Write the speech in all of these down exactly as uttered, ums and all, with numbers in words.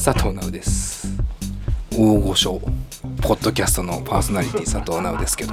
佐藤直です。大御所ポッドキャストのパーソナリティ佐藤直ですけど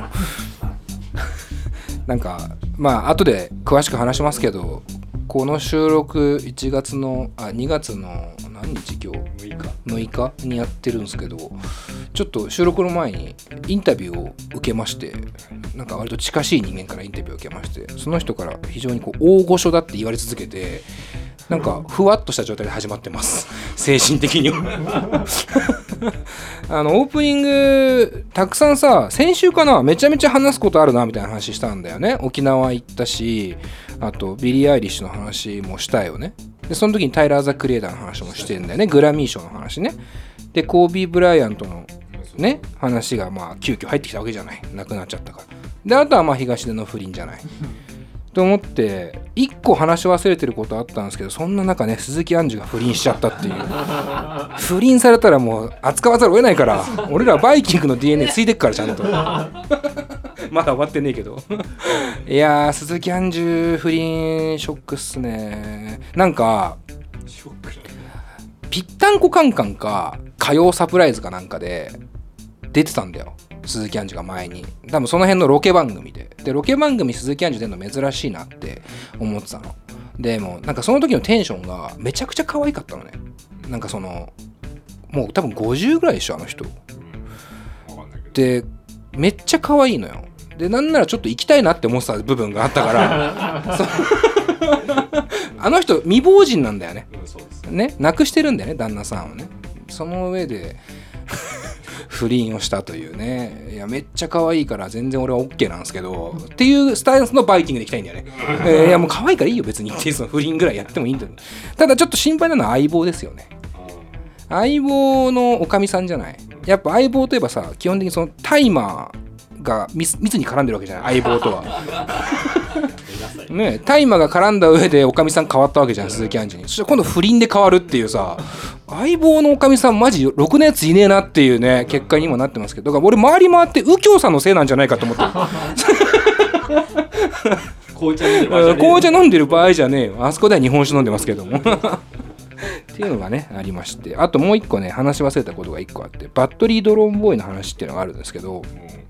なんかまあ後で詳しく話しますけど、この収録いちがつのあにがつの何日今日むいかにやってるんですけど、ちょっと収録の前にインタビューを受けまして、なんか割と近しい人間からインタビューを受けまして、その人から非常にこう大御所だって言われ続けて、なんかふわっとした状態で始まってます精神的にはあのオープニングたくさんさ、先週かな、めちゃめちゃ話すことあるなみたいな話したんだよね。沖縄行ったし、あとビリー・アイリッシュの話もしたよね。でその時にタイラー・ザ・クリエイターの話もしてんだよね、グラミー賞の話ね。でコービー・ブライアントのね話がまあ急遽入ってきたわけじゃない、亡くなっちゃったから。であとはまあ東出の不倫じゃないと思って、一個話し忘れてることあったんですけど、そんな中ね鈴木杏樹が不倫しちゃったっていう不倫されたらもう扱わざるを得ないから、俺らバイキングの ディーエヌエー ついてっからちゃんとまだ終わってねえけどいやー鈴木杏樹不倫ショックっすね。なんかショックぴったんこカンカンか火曜サプライズかなんかで出てたんだよ鈴木杏樹が前に。多分その辺のロケ番組ででロケ番組鈴木杏樹出るの珍しいなって思ってたの。でもなんかその時のテンションがめちゃくちゃ可愛かったのね。なんかそのもう多分ごじゅうぐらいでしょあの人、うん、分かんないけどでめっちゃ可愛いのよ。でなんならちょっと行きたいなって思ってた部分があったからあの人未亡人なんだよね、うん、そうですね、亡くしてるんだよね旦那さんをね。その上で不倫をしたというね。いやめっちゃ可愛いから全然俺は OK なんですけどっていうスタンスのバイキングで行きたいんだよね、えー、いやもう可愛いからいいよ別にっていうその不倫ぐらいやってもいいんだよ。ただちょっと心配なのは相棒ですよね。相棒のおかみさんじゃない。やっぱ相棒といえばさ、基本的にそのタイマーが密に絡んでるわけじゃない相棒とはね、タイマーが絡んだ上でおかみさん変わったわけじゃん鈴木杏樹に。そして今度不倫で変わるっていうさ、相棒のおかみさんマジろくなやついねえなっていうね結果にもなってますけど、だから俺回り回って右京さんのせいなんじゃないかと思ってる紅茶飲んでる場合じゃねえ紅茶飲んでる場合じゃねえよ、あそこでは日本酒飲んでますけどもっていうのがねありまして、あともう一個ね話し忘れたことが一個あって、バッテリードローンボーイの話っていうのがあるんですけど、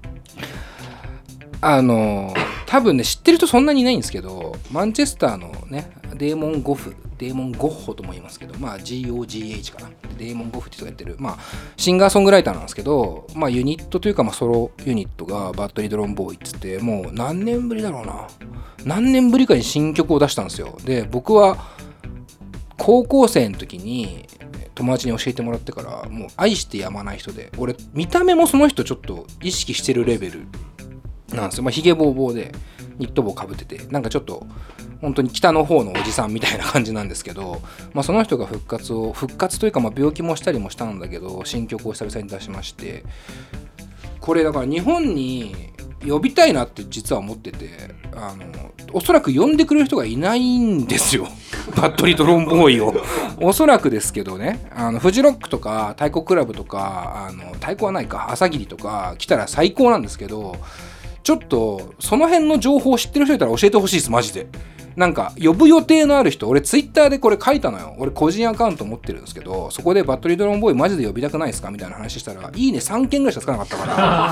あの多分ね知ってる人そんなにいないんですけど、マンチェスターのねデーモン・ゴフ、デーモン・ゴッホとも言いますけど、まあ ジーオージーエイチ かな、デーモン・ゴフって人がやってる、まあシンガーソングライターなんですけど、まあユニットというかまあソロユニットがバッテリードローンボーイっつって、もう何年ぶりだろうな、何年ぶりかに新曲を出したんですよ。で僕は高校生の時に友達に教えてもらってからもう愛してやまない人で、俺見た目もその人ちょっと意識してるレベルなんですよ。まあヒゲボーボーでニット帽かぶってて、なんかちょっと本当に北の方のおじさんみたいな感じなんですけど、まあその人が復活を復活というかまあ病気もしたりもしたんだけど、新曲を久々に出しまして、これだから日本に呼びたいなって実は思ってて、あのおそらく呼んでくれる人がいないんですよバッテリードローンボーイをおそらくですけどね、あのフジロックとか太鼓クラブとか、あの太鼓はないか朝霧とか来たら最高なんですけど、ちょっとその辺の情報を知ってる人いたら教えてほしいですマジで。なんか呼ぶ予定のある人、俺ツイッターでこれ書いたのよ。俺個人アカウント持ってるんですけど、そこでバッテリードローンボーイマジで呼びたくないですかみたいな話したら、いいねさんけんぐらいしかつかなかった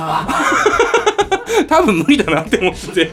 から多分無理だなって思ってて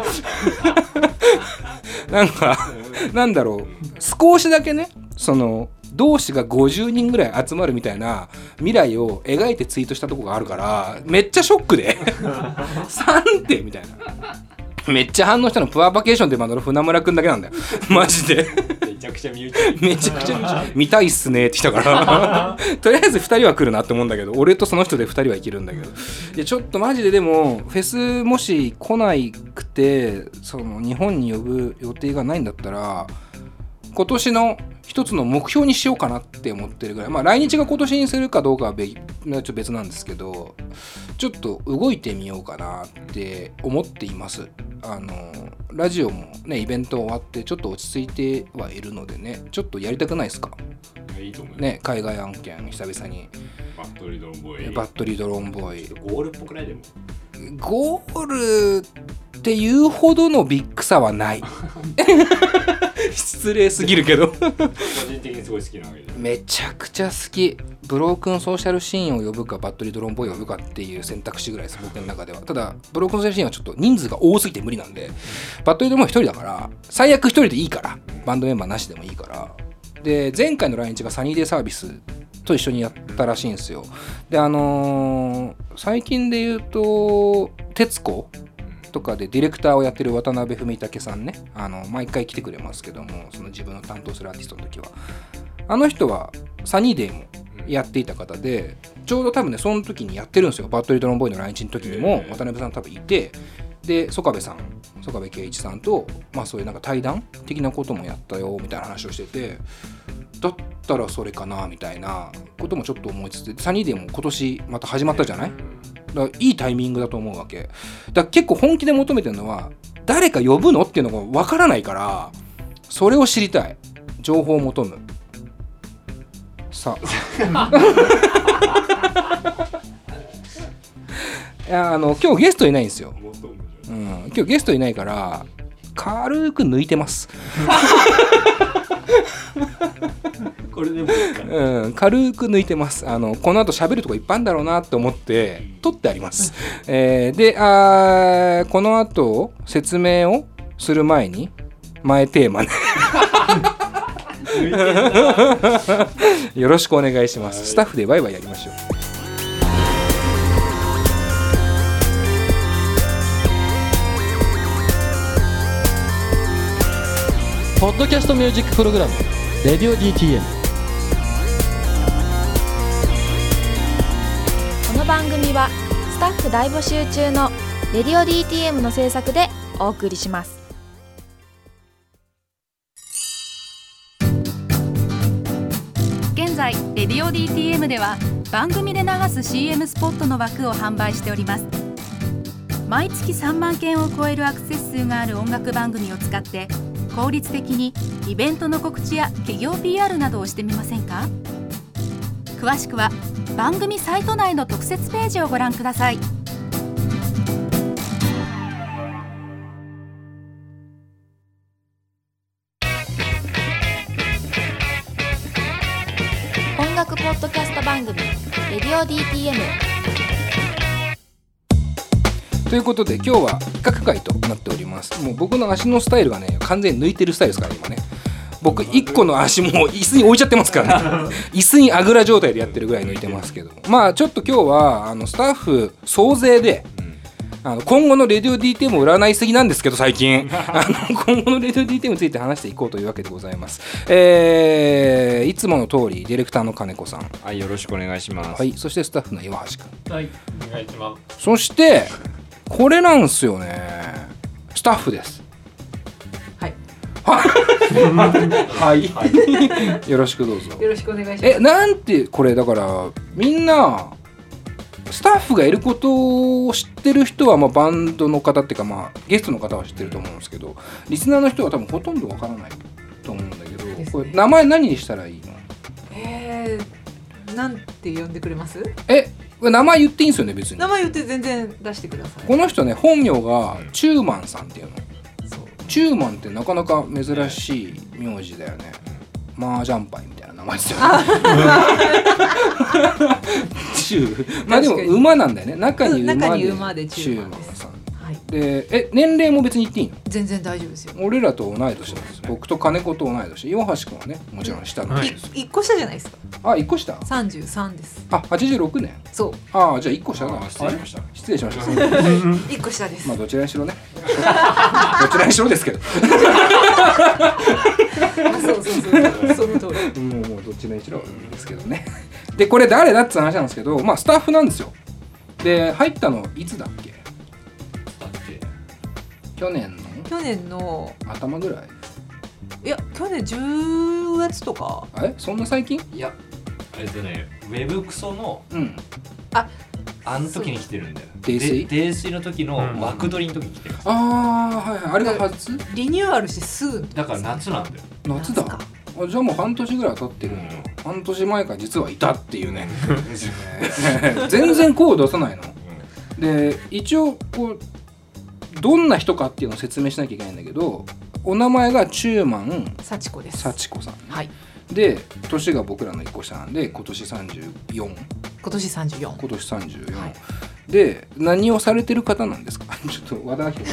なんかなんだろう、少しだけねその同志がごじゅうにんぐらい集まるみたいな未来を描いてツイートしたとこがあるから、めっちゃショックでさんってみたいな、めっちゃ反応したのプアバケーションで学ぶ船村くんだけなんだよマジでめちゃくちゃ見めちゃくちゃ見たいっすねって来たからとりあえずふたりは来るなって思うんだけど、俺とその人でふたりは行けるんだけど、いやちょっとマジででもフェスもし来ないくてその日本に呼ぶ予定がないんだったら、今年の一つの目標にしようかなって思ってるぐらい、まあ来日が今年にするかどうかは別、ちょっと別なんですけど、ちょっと動いてみようかなって思っています。あのラジオもねイベント終わってちょっと落ち着いてはいるのでね、ちょっとやりたくないですか。 いいと思うね、海外案件久々にバットリードローンボーイバットリードローンボーイゴールっぽくないでもゴールっていうほどのビッグさはない失礼すぎるけど個人的にすごい好きなわけでめちゃくちゃ好き。ブロークンソーシャルシーンを呼ぶかバッドリードロンボーイを呼ぶかっていう選択肢ぐらいです僕の中では。ただブロークンソーシャルシーンはちょっと人数が多すぎて無理なんで、バッドリードロンボーイ一人だから最悪一人でいいから、バンドメンバーなしでもいいから。で前回の来日がサニーデイサービスと一緒にやったらしいんですよ。であのー、最近で言うと徹子とかでディレクターをやってる渡辺文武さんね、あの毎回来てくれますけども、その自分の担当するアーティストの時はあの人はサニーデイもやっていた方で、ちょうど多分ねその時にやってるんですよ。バッドリードロンボーイの来日の時にも渡辺さん多分いて、で曽我部さん曽我部圭一さんと、まあ、そういうなんか対談的なこともやったよみたいな話をしてて、だったらそれかなみたいなこともちょっと思いつつ、サニーデイも今年また始まったじゃない。だからいいタイミングだと思うわけだから、結構本気で求めてるのは誰か呼ぶのっていうのが分からないから、それを知りたい。情報を求む。さあいやあの今日ゲストいないんですよ、うん、今日ゲストいないから軽く抜いてますこれでもいいかな、 うん、軽く抜いてます。あのこの後喋るとこいっぱいあるんだろうなと思って取ってあります、えー、であこの後説明をする前に前テーマねよろしくお願いします。スタッフでワイワイやりましょう。 ポッドキャストミュージックプログラムレディオ ディーティーエム。 この番組はスタッフ大募集中のレディオ ディーティーエム の制作でお送りします。 現在レディオ ディーティーエム では番組で流す シーエム スポットの枠を販売しております。毎月さんまんけんを超えるアクセス数がある音楽番組を使って効率的にイベントの告知や企業 ピーアール などをしてみませんか。詳しくは番組サイト内の特設ページをご覧ください。 音楽ポッドキャスト番組レディオ ディーティーエム。 ということで今日は企画会となっております。もう僕の足のスタイルがね完全に抜いてるスタイルですから今ね。僕いっこの足も椅子に置いちゃってますからね椅子にあぐら状態でやってるぐらい抜いてますけど、まあちょっと今日はあのスタッフ総勢であの今後のレディオ ディーティーエム を占いすぎなんですけど最近あの今後のレディオ ディーティーエム について話していこうというわけでございます。えー、いつもの通りディレクターの金子さん、 はい、よろしくお願いします。 はい、そしてスタッフの岩橋君、 はい、お願いします。 そしてこれなんですよね、スタッフです。はいはい、はい、よろしくどうぞ。 よろしくお願いします。 え、なんてこれだからみんなスタッフがいることを知ってる人はまあバンドの方っていうかまあゲストの方は知ってると思うんですけど、リスナーの人は多分ほとんどわからないと思うんだけど、ね、これ名前何にしたらいいの？ えー、なんて呼んでくれます？ え、名前言っていいんですよね別に。 名前言って全然出してください。 この人ね本名がチューマンさんっていうの。 そうチューマンってなかなか珍しい名字だよね。マージャンパイみたいな名前ですよね。チュー、まあでも馬なんだよね。中に馬で、 中に馬でチューマンです。 さん。はい、で、え、年齢も別に言っていいの？ 全然大丈夫ですよ。 俺らと同い年なんです。僕と金子と同い年。岩橋君はね、もちろん下なんです。 いっこ下じゃないですか。 あ、いっこ下？ さんじゅうさんです。 あ、はちじゅうろくねん。 そう。 ああ、じゃあいっこ下だ。 失礼しました。 失礼しました。 いっこ下です。 まあどちらにしろね。どちらにしろですけど。 あ、そうそうそう。その通り。 もうもうどっちにしろですけどね。でこれ誰だって話なんですけど、まあスタッフなんですよ。で入ったのいつだっけ？去年の去年の頭ぐらい？ いや去年じゅうがつとか。 え、そんな最近？ いや、えっとね、ウェブクソの、 うん、 あ、 あの時に来てるんだよ。 泥酔？ 泥酔の時の枠取りの時に来てる。 ああ、はいはい、あれが初？ リニューアルしてすぐ。 だから夏なんだよ。 夏だ。あ、じゃあもう半年ぐらい経ってるんだ。半年前から実はいたっていうね。全然声を出さないの。で一応こうどんな人かっていうのを説明しなきゃいけないんだけど、 お名前がチューマン幸子です。 幸子さん、 はい。 で年が僕らのいっこ下なんで今年さんじゅうよん、 今年さんじゅうよん。 今年さんじゅうよん、 はい、 で何をされてる方なんですか？ちょっと和田アキ子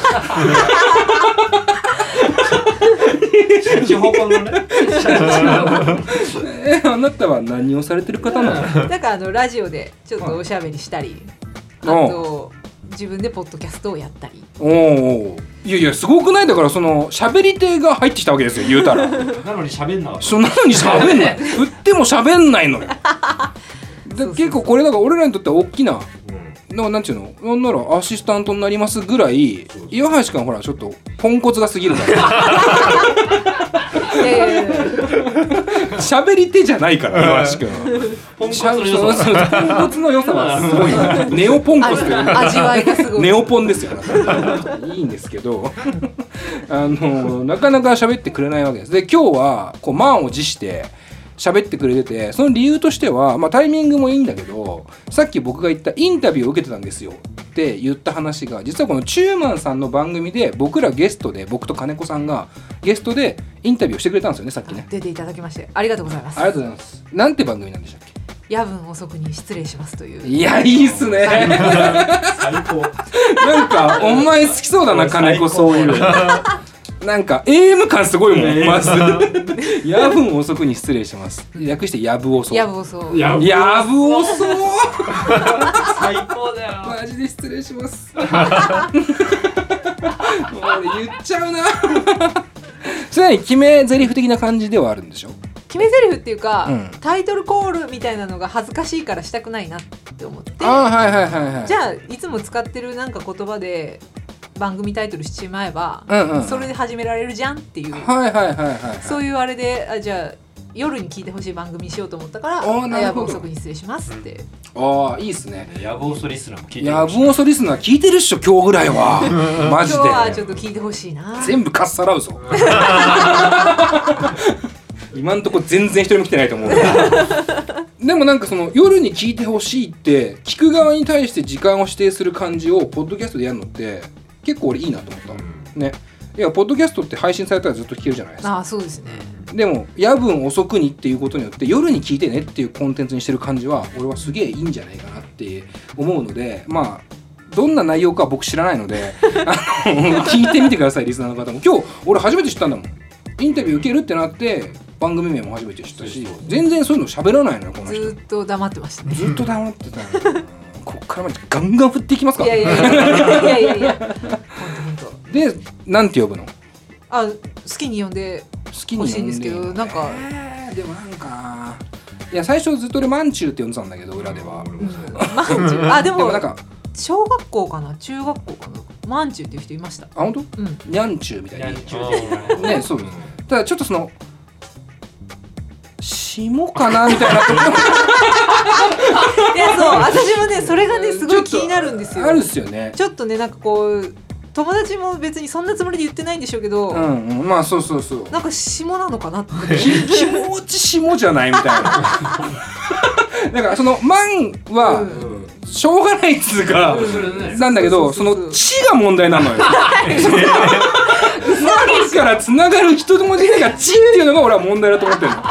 えあなたは何をされてる方なの？ なんかあのラジオでちょっとおしゃべりしたり、あと自分でポッドキャストをやったり。 おお、いやいやすごくない？だからその喋り手が入ってきたわけですよ、言うたら。 なのに喋んなかった。 そなのに喋んない。振っても喋んないのよ。で結構これだから俺らにとっては大きな。なんなんちゅうの、なんならアシスタントになりますぐらい、岩橋君はほらちょっとポンコツが過ぎるから喋り手じゃないから岩橋君はポンコツの良さポンコツの良さはすごいネオポンコツという味わいがすごいネオポンですよいいんですけどあのなかなか喋ってくれないわけです。で今日はこう満を持して喋ってくれてて、その理由としては、まあ、タイミングもいいんだけど、さっき僕が言ったインタビューを受けてたんですよって言った話が、実はこのチューマンさんの番組で僕らゲストで、僕と金子さんがゲストでインタビューをしてくれたんですよね、さっきね。 出ていただきましてありがとうございます。 ありがとうございます。なんて番組なんでしたっけ？ 夜分遅くに失礼しますという。 いやいいっすね最高。 なんかお前好きそうだな金子、そういうなんか エーエム 感すごいもん、まず夜分遅くに失礼します、略してやぶおそ。 やぶおそ。 やぶおそ最高だよ。 マジで失礼しますもう俺言っちゃうなそれは決め台詞的な感じではあるんでしょ？ 決め台詞っていうか、 うん、 タイトルコールみたいなのが恥ずかしいからしたくないなって思って、 あ、はいはいはいはい、 じゃあいつも使ってるなんか言葉で番組タイトルしちまえば、 うんうん、 それで始められるじゃんっていう、 はいはいはいはい、はい、 そういうあれで、あじゃあ夜に聞いてほしい番組にしようと思ったから、夜分遅くに失礼しますって、 うん、ああいいっすね。 夜分遅リスナーも聞いてる。 夜分遅リスナー聞いてるっしょ今日ぐらいはマジで今日はちょっと聞いてほしいな。 全部かっさらうぞ今んとこ全然一人も来てないと思うでもなんかその夜に聞いてほしいって聞く側に対して時間を指定する感じをポッドキャストでやるのって結構俺いいなと思った、うん、ね。いやポッドキャストって配信されたらずっと聞けるじゃないですか。 ああそうですね。 でも夜分遅くにっていうことによって夜に聞いてねっていうコンテンツにしてる感じは俺はすげえいいんじゃないかなって思うので、まあどんな内容かは僕知らないのであの聞いてみてくださいリスナーの方も。今日俺初めて知ったんだもん。インタビュー受けるってなって番組名も初めて知ったし、全然そういうの喋らないのよこの人。 ずっと黙ってましたね。 ずっと黙ってたのこっからまでガンガン振っていきますから。 いやいやいやいやいやいや本当本当。 でなんて呼ぶの？ あ好きに呼んでほしいんですけど、なんか、 えー、でもなんかいや最初ずっと俺マンチューって呼んでたんだけど裏では、うん、 マンチューあでもでもなんか小学校かな中学校かなマンチューっていう人いました。 あ本当？うん。ニャンチューみたいな。ニャンチューねそう。ただちょっとその霜かなみたいな。 いやそう私もねそれがねすごい気になるんですよ。 あるっすよね。 ちょっとねなんかこう友達も別にそんなつもりで言ってないんでしょうけど、 うんうん、まあそうそうそう。 なんか霜なのかなって気持ち霜じゃないみたいな。だからそのマンは、うんしょうがないっつうか、うん、なんだけどその地が問題なのよ。マンからつながる人友達が地っていうのが俺は問題だと思ってるの。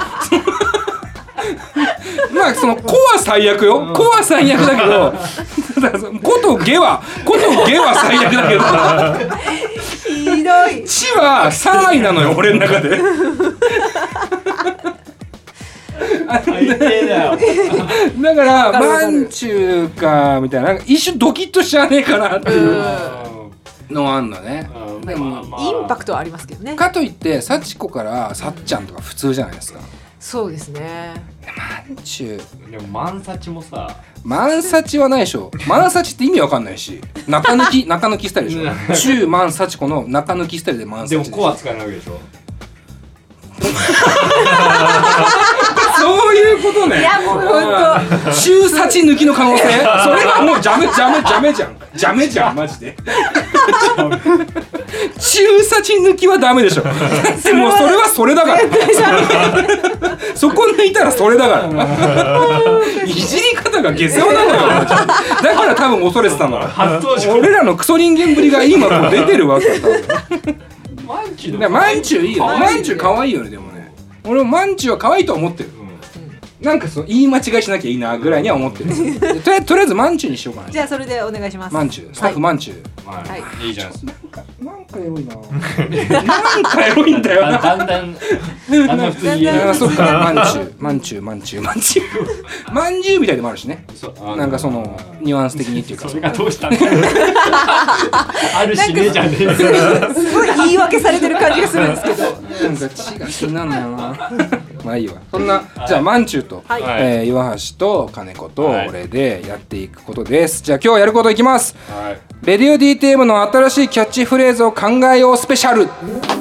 まあその子は最悪よ、子は最悪だけど子と下は子と下は最悪だけどひどい地はさんいなのよ俺の中で。 最低だよ。 だからマンチューかみたい な, なんか一瞬ドキッとしちゃわねえかなっていうのあんのね。 でもインパクトはありますけどね。 かといって幸子からさっちゃんとか普通じゃないですか。 そうですね。 マンチューでもマンサチもさマンサチはないでしょ。マンサチって意味わかんないし中抜き中抜きスタイルでしょ。チューマンサチ子の中抜きスタイルでマンサチでしょ。 でも子は使えないわけでしょ。 そういうことね。 いやもうほんと中サチ抜きの可能性それはもうジャメジャメジャメじゃんジャメじゃんマジで。中サチ抜きはダメでしょ。でもそれはそれだからそこ抜いたらそれだからいじり方が下世話なのよ。だから多分恐れてたの。俺らのクソ人間ぶりが今こう出てるわけだ。 マンチュだからマンチュいいよね。マンチュ可愛いよねでもね。俺もマンチュは可愛いと思ってる。なんかそう言い間違いしなきゃいいなぐらいには思ってる。とりあえずとりあえずマンチュにしようかな。 じゃあそれでお願いします。 マンチュスタッフマンチュ。 はいいいじゃん。 なんかなんかエロいな。なんかエロいんだよな。 だんだんだんだん普通に言える。 あそうかマンチュマンチュマンチュマンチュマンジュみたいでもあるしね。なんかそのニュアンス的にっていうか。 それがどうしたんだよ。あるしねじゃねえ。 すごい言い訳されてる感じがするんですけど。 なんか血が気になるんだよな。まあいいわ。そんなじゃあマンチュと、 はいえー、岩橋と金子とはい俺でやっていくことです。じゃあ今日やることいきます。 はいレディオ ディーティーエム の新しいキャッチフレーズを考えようスペシャル。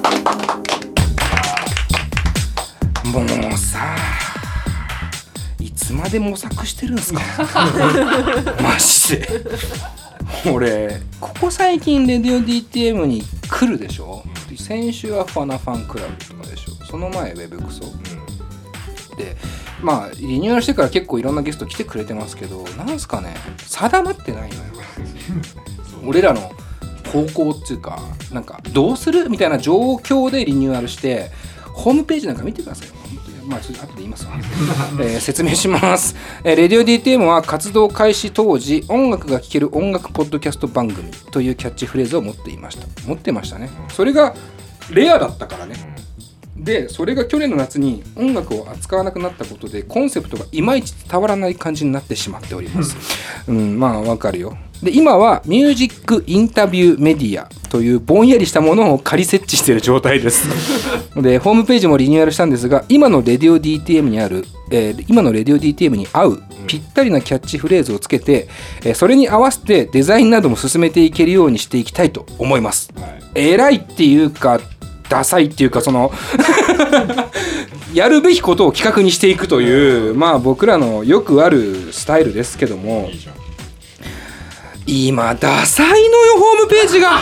もうさいつまで模索してるんすかマジで俺ここ最近レディオ ディーティーエム に来るでしょ。先週はファナファンクラブとかでしょ。その前ウェブクソで、まあリニューアルしてから結構いろんなゲスト来てくれてますけど、なんすかね定まってないのよ俺らの方向っていうか、なんかどうするみたいな状況でリニューアルして、ホームページなんか見てくださいよ。まあそれ後で言いますわ、えー、説明します、えー、レディオ ディーティーエム は活動開始当時音楽が聴ける音楽ポッドキャスト番組というキャッチフレーズを持っていました持ってましたね。それがレアだったからね。でそれが去年の夏に音楽を扱わなくなったことでコンセプトがいまいち伝わらない感じになってしまっております、うん、まあわかるよ。で今はミュージックインタビューメディアというぼんやりしたものを仮設置している状態ですでホームページもリニューアルしたんですが、今のレディオ ディーティーエム にある、えー、今のレディオ ディーティーエム に合うぴったりなキャッチフレーズをつけて、えー、それに合わせてデザインなども進めていけるようにしていきたいと思います、はい、偉いっていうかダサいっていうか、そのやるべきことを企画にしていくという、まあ僕らのよくあるスタイルですけども、いいじゃん。今ダサいのよホームページが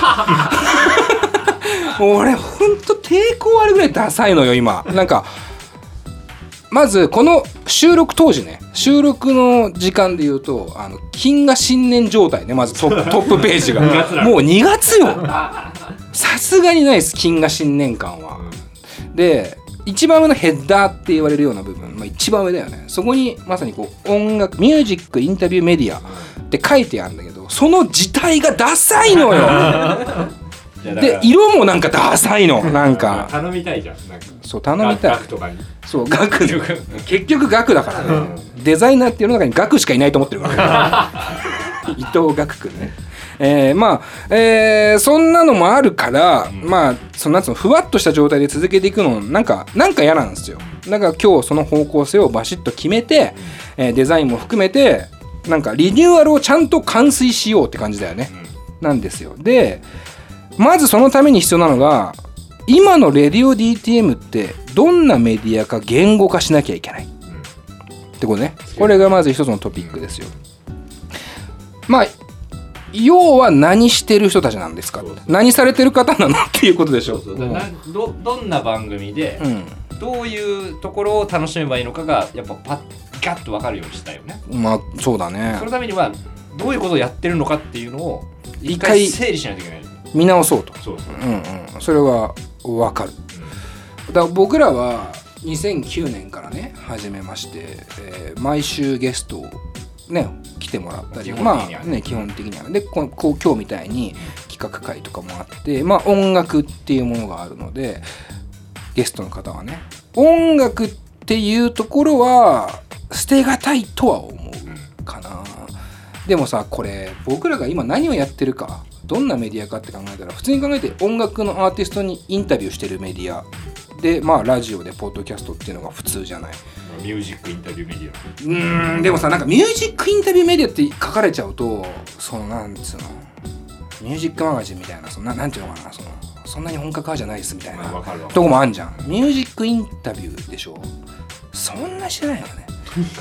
俺ほんと抵抗あるぐらいダサいのよ今。なんかまずこの収録当時ね、収録の時間で言うとあの金が新年状態ね。まずトップ、トップページがもうにがつよ。さすがにないです金が新年感は。で一番上のヘッダーって言われるような部分、まあ、一番上だよね。そこにまさにこう音楽ミュージックインタビューメディアって書いてあるんだけど、その字体がダサいのよで色もなんかダサいの。なんか頼みたいじゃん。なんかそう頼みたい。 額とかに。 そう額結局額だからねデザイナーっていうの中に額しかいないと思ってるからね伊藤額くんね。えー、まあ、えー、そんなのもあるから、うん、まあそのなんつうのふわっとした状態で続けていくのなんかなんか嫌なんですよ。だから今日その方向性をバシッと決めて、えー、デザインも含めてなんかリニューアルをちゃんと完遂しようって感じだよね、うん、なんですよ。でまずそのために必要なのが、今のレディオ ディーティーエム ってどんなメディアか言語化しなきゃいけない、うん、ってことね。これがまず一つのトピックですよ。まあ要は何してる人たちなんですか、そうそう何されてる方なのっていうことでしょ。 そうそうだな ど, どんな番組で、うん、どういうところを楽しめばいいのかがやっぱパッガッと分かるようにしたいよね。 まあそうだね。 そのためにはどういうことをやってるのかっていうのを一回整理しないといけない。 見直そうと。 そうそう、 うんうん、それは分かる、うん、だから僕らはにせんきゅうねんからね始めまして、えー、毎週ゲストをね来てもらったり、まあね基本的にはでここう今日みたいに企画会とかもあって、まあ音楽っていうものがあるのでゲストの方はね音楽っていうところは捨てがたいとは思うかな。でもさこれ僕らが今何をやってるかどんなメディアかって考えたら普通に考えて音楽のアーティストにインタビューしてるメディアで、まあラジオでポッドキャストっていうのが普通じゃない。 ミュージックインタビューメディア。 うーんでもさなんかミュージックインタビューメディアって書かれちゃうとそのなんつうのミュージックマガジンみたいなそんななんていうのかなそのそんなに本格派じゃないですみたいなとこもあんじゃん。ミュージックインタビューでしょ。そんなしてないよね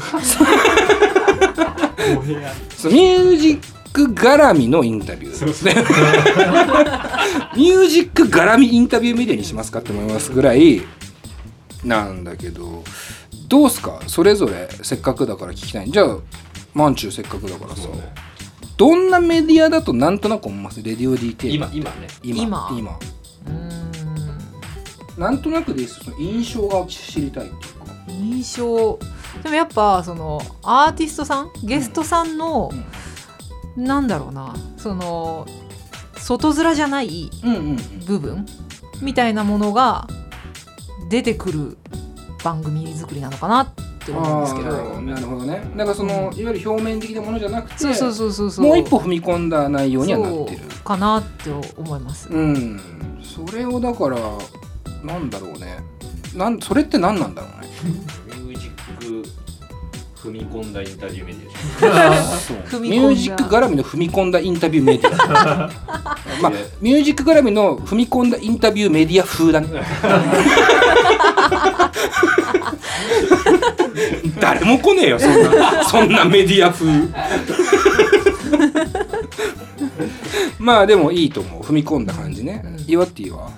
そうミュージック絡みのインタビューですねミュージック絡みインタビューメディアにしますかって思いますぐらいなんだけど、どうすかそれぞれせっかくだから聞きたい。じゃあマンチューせっかくだからさ、ね、どんなメディアだとなんとなく思いますレディオ ディーティーエム今今ね今今うーんなんとなくでいいです。その印象が知りたいっていうか。 印象でもやっぱそのアーティストさんゲストさんの、うん、なんだろうなその外面じゃない部分みたいなものが出てくる番組作りなのかなって思うんですけど。 なるほどね。だからその、うん、いわゆる表面的なものじゃなくて、 そうそうそうそうそうもう一歩踏み込んだ内容にはなってるかなって思います。 うん。それをだからなんだろうね。なんそれって何なんだろうね。 ミュージック踏み込んだインタビューメディアミュージック絡みの踏み込んだインタビューメディアまあミュージック絡みの踏み込んだインタビューメディア風だね誰も来ねえよそんなそんなメディア風まあでもいいと思う。踏み込んだ感じね。イワッティは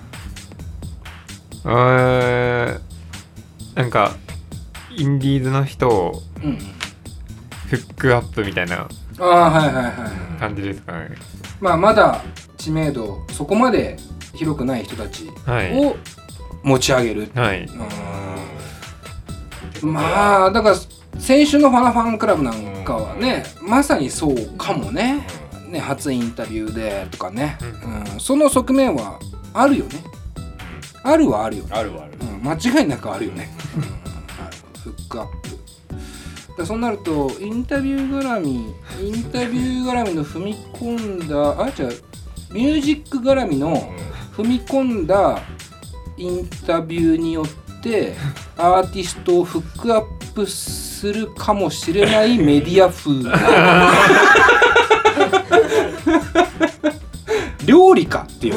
えー、なんかインディーズの人をフックアップみたいな感じですかね。 まあまだ知名度そこまで広くない人たちを持ち上げる、はい、うんまあだから先週のファナファンクラブなんかはね、まさにそうかもね。ね初インタビューでとかね、うん、その側面はあるよね。あるはあるよね。 あるはある、 うん、間違いなくあるよね、うん、フックアップだ。そうなるとインタビュー絡みインタビュー絡みの踏み込んだあじゃあミュージック絡みの踏み込んだインタビューによってアーティストをフックアップするかもしれないメディア風料理かっていう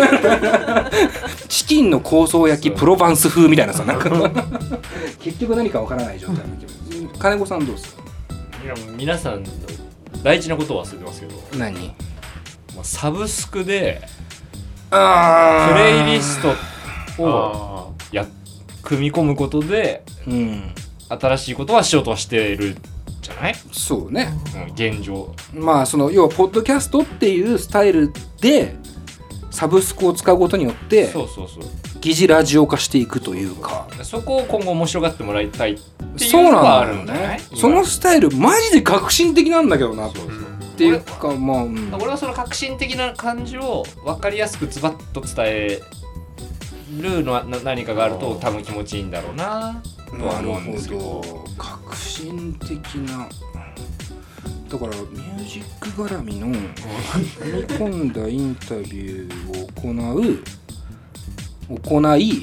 チキンの香草焼きプロヴァンス風みたいなさなんか結局何かわからない状態の気分。金子さんどうですか。 いやもう皆さん大事なことを忘れてますけど何、 まあ、サブスクであプレイリストをや組み込むことで、うん、新しいことはしようとはしているじゃない。 そうね、 うん、現状まあその要はポッドキャストっていうスタイルでサブスクを使うことによってそうそうそう疑似ラジオ化していくというか、 そこを今後面白がってもらいたいっていうのがあるんだよね。 そのスタイルマジで革新的なんだけどなと。そうそうっていうかまあ、うん、 俺はその革新的な感じを分かりやすくズバッと伝えるのは何かがあると多分気持ちいいんだろうなとは思うんですけど。 革新的なだからミュージック絡みの踏み込んだインタビューを行う行い、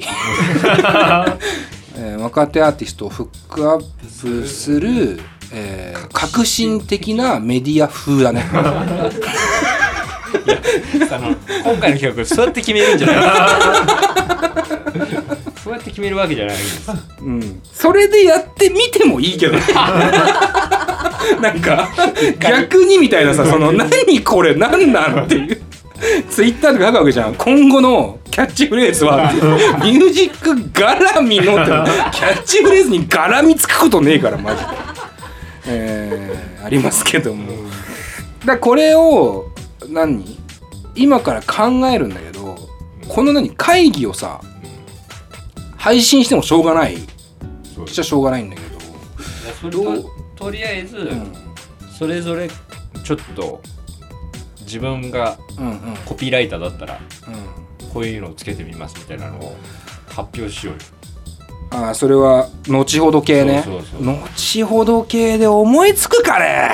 えー、若手アーティストをフックアップする、えー、革新的なメディア風だねいやあの今回の企画そうやって決めるんじゃないそうやって決めるわけじゃないんです、 うん、それでやってみてもいいけどなんか逆にみたいなさその何これ何なんっていうツイッターとか書くわけじゃん。今後のキャッチフレーズはミュージック絡みのってキャッチフレーズに絡みつくことねえからマジで、えー、ありますけどもだこれを何今から考えるんだけどこの何会議をさ配信してもしょうがないじゃしょうがないんだけどそれととりあえず、うん、それぞれちょっと自分がコピーライターだったら、うんうん、こういうのをつけてみますみたいなのを発表しようよ。 ああそれは後ほど系ね。そうそうそう後ほど系で思いつくかね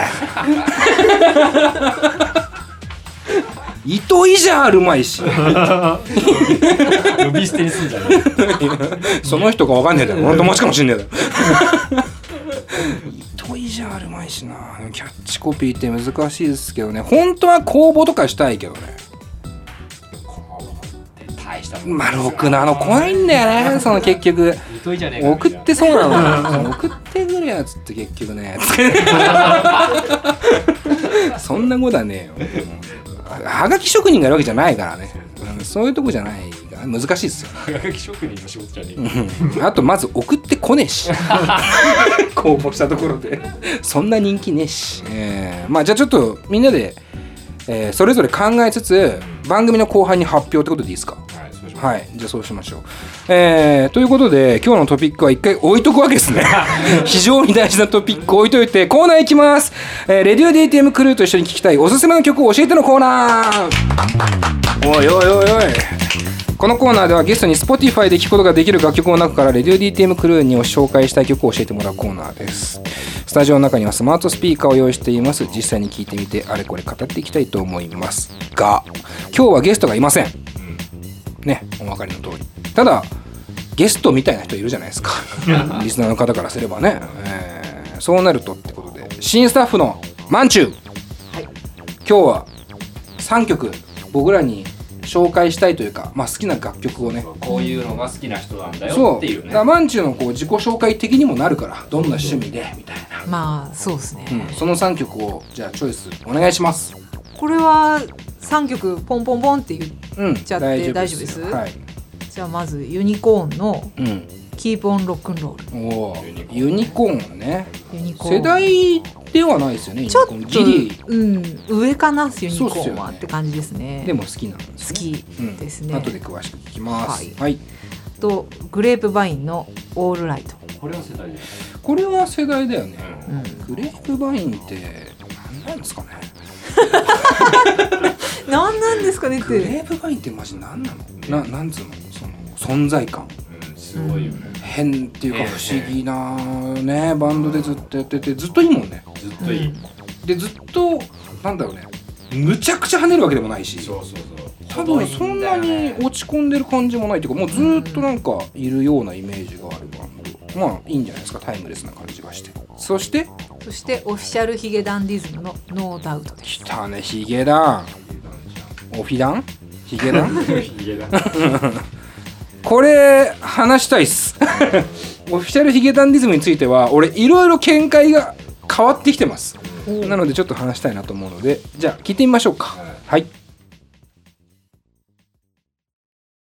糸井じゃあるまいし呼び捨てにすんじゃないその人か分かんねえだろ俺の友達かもしんねえだろ糸井じゃあるまいしな。キャッチコピーって難しいですけどね。本当は公募とかしたいけどね。 公募って大したもんまあろくなの来ないんだよねその結局糸井じゃねえか送ってそうなの送ってくるやつって結局ねそんなことはねえよはがき職人がいるわけじゃないからね、うん、そういうとこじゃないから難しいですよ。 はがき職人の仕事じゃねえあとまず送ってこねえし公募したところでそんな人気ねえし、えー、まあじゃあちょっとみんなで、えー、それぞれ考えつつ番組の後半に発表ってことでいいですか。 はいそうしはい、じゃあそうしましょう。えー、ということで今日のトピックは一回置いとくわけですね。非常に大事なトピック置いといてコーナー行きます。えー、レディオ ディーティーエム クルーと一緒に聴きたいおすすめの曲を教えてのコーナー。おいおいおいおい。このコーナーではゲストに Spotify で聴くことができる楽曲の中からレディオ ディーティーエム クルーに紹介したい曲を教えてもらうコーナーです。スタジオの中にはスマートスピーカーを用意しています。実際に聴いてみてあれこれ語っていきたいと思いますが、今日はゲストがいませんね、お分かりの通り。ただゲストみたいな人いるじゃないですか。リスナーの方からすればね、えー、そうなるとってことで新スタッフのまんちゅう、はい、今日はさんきょく僕らに紹介したいというか、まあ、好きな楽曲をね、 こういうのが好きな人なんだよっていうね。 そうだからまんちゅうのこう自己紹介的にもなるから、どんな趣味でみたいな。 まあそうですね、 うん、そのさんきょくをじゃあチョイスお願いします。 これはさんきょくポンポンポンって言っちゃって、うん、大丈夫です。はい、じゃあまずユニコーンのキープオンロックンロール、 うん、おユニコーンね。ユニコーン世代ではないですよね。 ちょっとギリ、うん、上かなユニコーンは、ね、って感じですね。 でも好きなんですね。 好きですね、 うん、後で詳しく聞きます。はい、はい、 とグレープバインのオールライト。 これは世代だよね。 これは世代だよね、 うん、 グレープバインって何なんですかね。 何なんですかねって。 グレープバインってマジ何なの、な、なんつうの、その存在感、 うん、すごいよね。 変っていうか不思議なねバンドでずっとやってて、ずっといいもんね。 ずっといい、うん、 でずっとなんだろうね、むちゃくちゃ跳ねるわけでもないし、 そうそうそう、 多分そんなに落ち込んでる感じもないっていうか、もうずっとなんかいるようなイメージがあるバンド、まあいいんじゃないですか。タイムレスな感じがして。そしてそしてオフィシャルヒゲダンディズムのノーダウトです。 きたね、ヒゲダン、オフィダンヒゲダンヒゲダンこれ話したいっす。オフィシャルヒゲダンディズムについては俺いろいろ見解が変わってきてます。なのでちょっと話したいなと思うので、じゃあ聞いてみましょうか。はい。